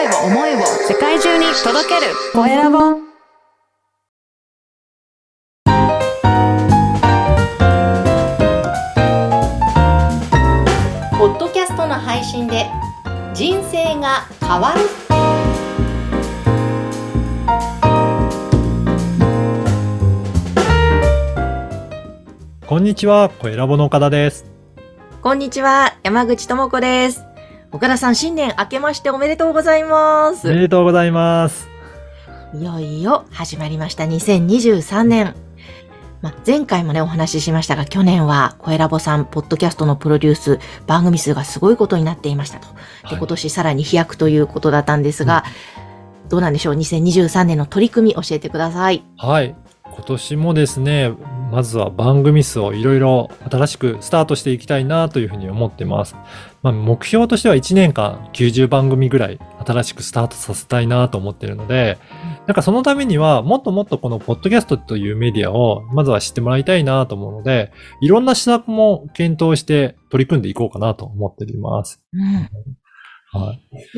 を思いを世界中に届けるコエラボ。ポッドキャストの配信で人生が変わる。 こんにちは、コエラボの岡田です。 こんにちは、山口智子です。岡田さん、新年明けましておめでとうございます。 おめでとうございます。 いよいよ始まりました2023年。前回もねお話ししましたが、去年はコエラボさんポッドキャストのプロデュース番組数がすごいことになっていましたと。で、今年さらに飛躍ということだったんですが、どうなんでしょう、2023年の取り組み教えてください。 はい。今年もですね、まずは番組数をいろいろ新しくスタートしていきたいなというふうに思っています。目標としては1年間90番組ぐらい新しくスタートさせたいなと思っているので、そのためにはもっともっとこのポッドキャストというメディアをまずは知ってもらいたいなと思うので、いろんな施策も検討して取り組んでいこうかなと思っております。はい。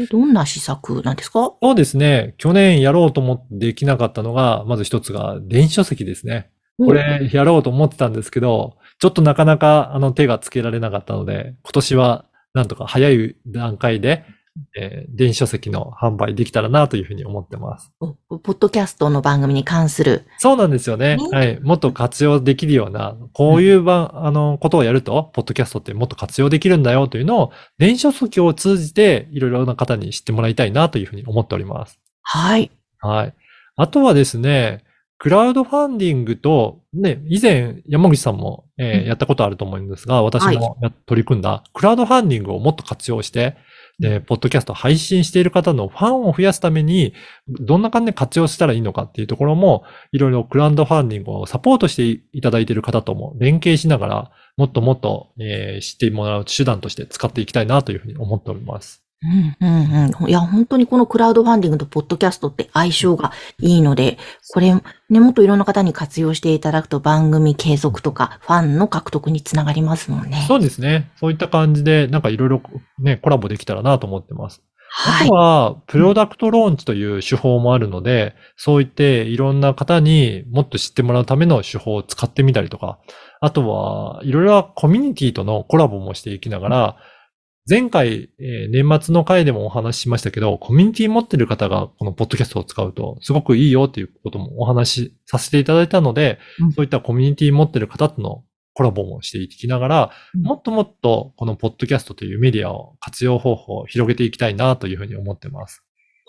どんな施策なんですか？ そうですね。去年やろうと思ってできなかったのが、まず一つが電子書籍ですね。これやろうと思ってたんですけど、ちょっとなかなか手がつけられなかったので、今年はなんとか早い段階で、電子書籍の販売できたらなというふうに思ってます。 ポッドキャストの番組に関する。 そうなんですよね。はい。もっと活用できるような、こういうことをやると、ポッドキャストってもっと活用できるんだよというのを、電子書籍を通じていろいろな方に知ってもらいたいなというふうに思っております。 はい。 はい。あとはですね、クラウドファンディングと、ね、以前山口さんも、やったことあると思うんですが、私も取り組んだクラウドファンディングをもっと活用して、ポッドキャスト配信している方のファンを増やすために、どんな感じで活用したらいいのかっていうところも、いろいろクラウドファンディングをサポートしていただいている方とも連携しながら、もっともっと、知ってもらう手段として使っていきたいなというふうに思っております。 いや、本当にこのクラウドファンディングとポッドキャストって相性がいいので、これ、ね、もっといろんな方に活用していただくと番組継続とかファンの獲得につながりますもんね。 そうですね。そういった感じで、いろいろね、コラボできたらなと思ってます。 はい。 あとは、プロダクトローンチという手法もあるので、そういっていろんな方にもっと知ってもらうための手法を使ってみたりとか、あとは、いろいろコミュニティとのコラボもしていきながら、前回、年末の回でもお話ししましたけど、コミュニティ持ってる方がこのポッドキャストを使うとすごくいいよっていうこともお話しさせていただいたので、そういったコミュニティ持ってる方とのコラボもしていきながら、もっともっとこのポッドキャストというメディアを活用方法を広げていきたいなというふうに思ってます。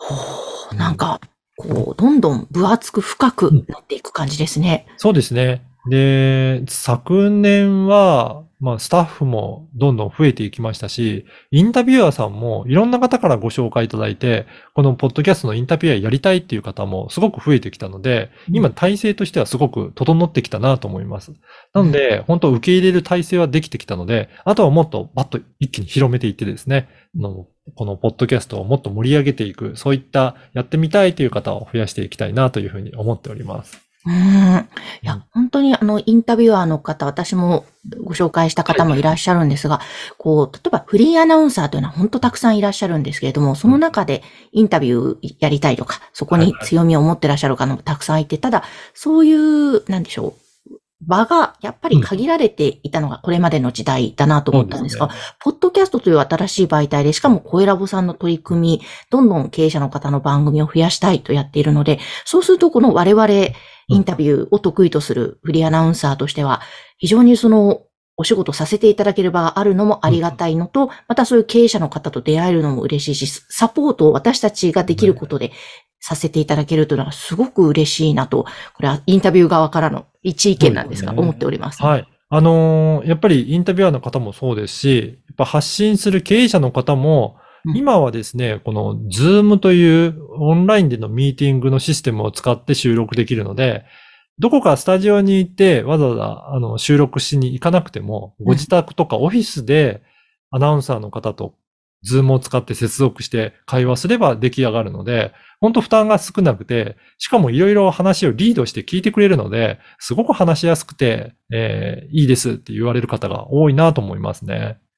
どんどん分厚く深くなっていく感じですね。 そうですね。で、昨年は、スタッフもどんどん増えていきましたし、インタビュアーさんもいろんな方からご紹介いただいて、このポッドキャストのインタビュアーやりたいっていう方もすごく増えてきたので、今体制としてはすごく整ってきたなと思います。なので、本当受け入れる体制はできてきたので、あとはもっとバッと一気に広めていってですね、このポッドキャストをもっと盛り上げていく、そういったやってみたいという方を増やしていきたいなというふうに思っております。 いや、本当にインタビュアーの方、私もご紹介した方もいらっしゃるんですが、例えばフリーアナウンサーというのは本当たくさんいらっしゃるんですけれども、その中でインタビューやりたいとか、そこに強みを持ってらっしゃる方もたくさんいて、ただ、そういう、なんでしょう、場がやっぱり限られていたのがこれまでの時代だなと思ったんですが、ポッドキャストという新しい媒体で、しかもコエラボさんの取り組み、どんどん経営者の方の番組を増やしたいとやっているので、そうするとこの我々、インタビューを得意とするフリーアナウンサーとしては、非常にお仕事させていただける場があるのもありがたいのと、またそういう経営者の方と出会えるのも嬉しいし、サポートを私たちができることでさせていただけるというのはすごく嬉しいなと、これはインタビュー側からの一意見なんですが、思っております。 はい。やっぱりインタビュアーの方もそうですし、やっぱ発信する経営者の方も、今はですね、この Zoom というオンラインでのミーティングのシステムを使って収録できるので、どこかスタジオに行ってわざわざ収録しに行かなくても、ご自宅とかオフィスでアナウンサーの方と Zoom を使って接続して会話すれば出来上がるので、本当負担が少なくて、しかもいろいろ話をリードして聞いてくれるので、すごく話しやすくて、いいですって言われる方が多いなと思いますね。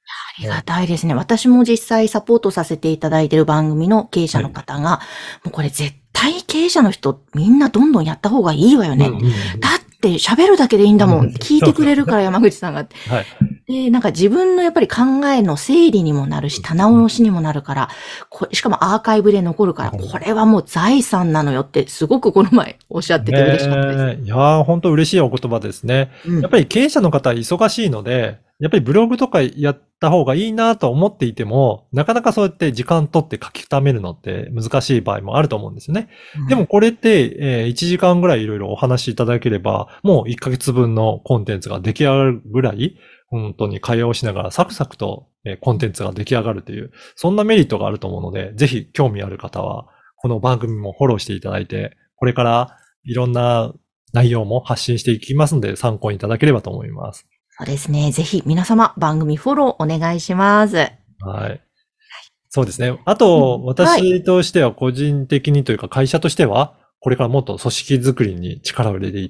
ありがたいですね。私も実際サポートさせていただいている番組の経営者の方が、もうこれ絶対経営者の人みんなどんどんやった方がいいわよね。だって喋るだけでいいんだもん。聞いてくれるから山口さんが。 はい。 で、なんか自分のやっぱり考えの整理にもなるし、棚卸しにもなるから、しかもアーカイブで残るから、これはもう財産なのよってすごくこの前おっしゃってて嬉しかったです。 いやー、本当嬉しいお言葉ですね。やっぱり経営者の方忙しいので、やっぱりブログとかやった方がいいなと思っていても、なかなかそうやって時間取って書き溜めるのって難しい場合もあると思うんですよね。でもこれって、1時間ぐらいいろいろお話しいただければ、もう1ヶ月分のコンテンツが出来上がるぐらい、本当に会話をしながらサクサクとコンテンツが出来上がるという、そんなメリットがあると思うので、ぜひ興味ある方は、この番組もフォローしていただいて、これからいろんな内容も発信していきますので、参考にいただければと思います。 そうですね。ぜひ皆様番組フォローお願いします。 はい。そうですね。あと、私としては個人的にというか会社としては、これからもっと組織づくりに力を入れていって、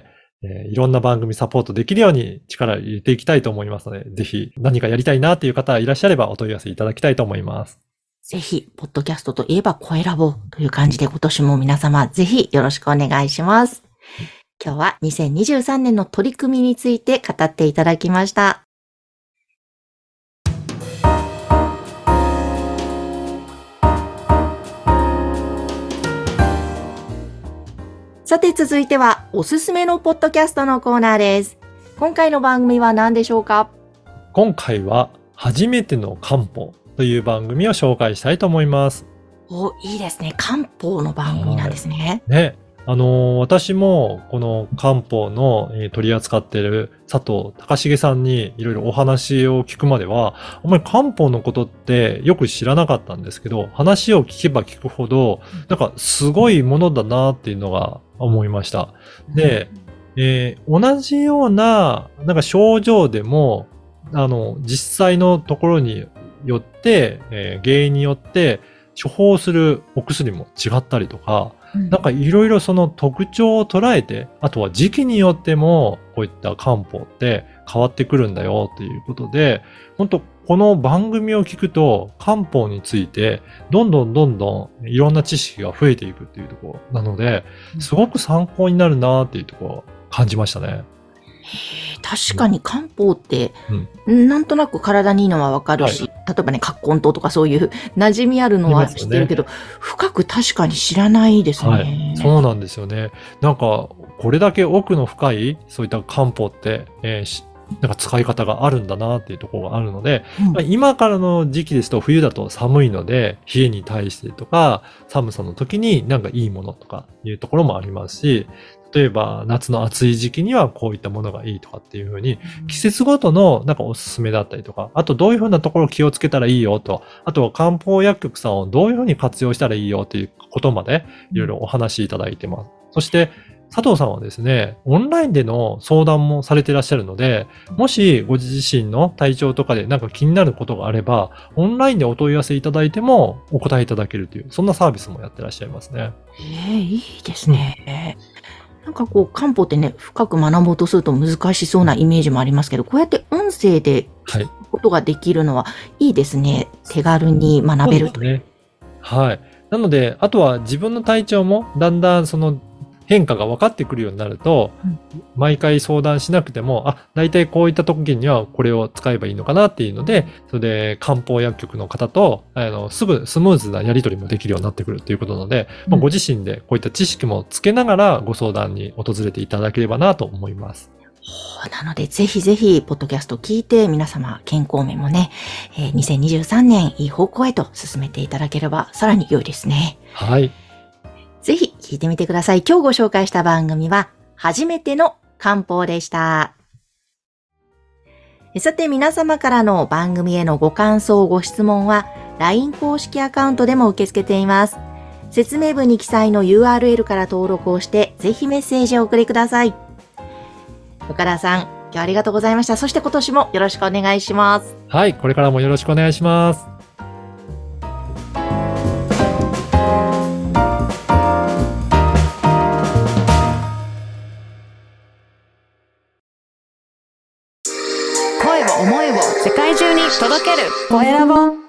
いろんな番組サポートできるように力を入れていきたいと思いますので、ぜひ何かやりたいなという方いらっしゃればお問い合わせいただきたいと思います。 ぜひ、ポッドキャストといえば声ラボという感じで今年も皆様ぜひよろしくお願いします。今日は2023年の取り組みについて語っていただきました。さて続いてはおすすめのポッドキャストのコーナーです。今回の番組は何でしょうか？ 今回は初めての漢方という番組を紹介したいと思います。 いいですね。漢方の番組なんですね。 ね。私もこの漢方の取り扱っている佐藤隆重さんにいろいろお話を聞くまでは、あんまり漢方のことってよく知らなかったんですけど、話を聞けば聞くほど、なんかすごいものだなっていうのが思いました。で、同じような、なんか症状でも、実際のところによって、原因によって処方するお薬も違ったりとか、なんかいろいろその特徴を捉えて、あとは時期によってもこういった漢方って変わってくるんだよということで、本当この番組を聞くと漢方についてどんどんいろんな知識が増えていくっていうところなので、すごく参考になるなっていうところを感じましたね。 確かに漢方って、なんとなく体にいいのはわかるし、例えばね、葛根湯とかそういう馴染みあるのは知ってるけど、深く確かに知らないですね。 そうなんですよね。なんか、これだけ奥の深い、そういった漢方って、なんか使い方があるんだなっていうところがあるので、今からの時期ですと冬だと寒いので、冷えに対してとか、寒さの時になんかいいものとかいうところもありますし、例えば夏の暑い時期にはこういったものがいいとかっていう風に、季節ごとのなんかおすすめだったりとか、あとどういう風なところを気をつけたらいいよと、あとは漢方薬局さんをどういう風に活用したらいいよということまでいろいろお話しいただいてます。そして佐藤さんはですね、オンラインでの相談もされていらっしゃるので、もしご自身の体調とかでなんか気になることがあれば、オンラインでお問い合わせいただいてもお答えいただけるという、そんなサービスもやってらっしゃいますね。 いいですね。なんかこう、漢方ってね、深く学ぼうとすると難しそうなイメージもありますけど、こうやって音声で聞くことができるのはいいですね。手軽に学べると。 そうですね。はい。なので、あとは自分の体調もだんだんその変化が分かってくるようになると、毎回相談しなくても、だいたいこういった時にはこれを使えばいいのかなっていうので、それで漢方薬局の方と、すぐスムーズなやり取りもできるようになってくるということなので、ご自身でこういった知識もつけながらご相談に訪れていただければなと思います。 なので、ぜひぜひ、ポッドキャスト聞いて、皆様、健康面もね、2023年いい方向へと進めていただければ、さらに良いですね。 はい。 ぜひ聞いてみてください。今日ご紹介した番組は、初めての漢方でした。さて皆様からの番組へのご感想、ご質問は、LINE 公式アカウントでも受け付けています。説明文に記載の URL から登録をして、ぜひメッセージをお送りください。岡田さん、今日はありがとうございました。そして今年もよろしくお願いします。 はい、これからもよろしくお願いします。 声を思いを世界中に届けるコエラボ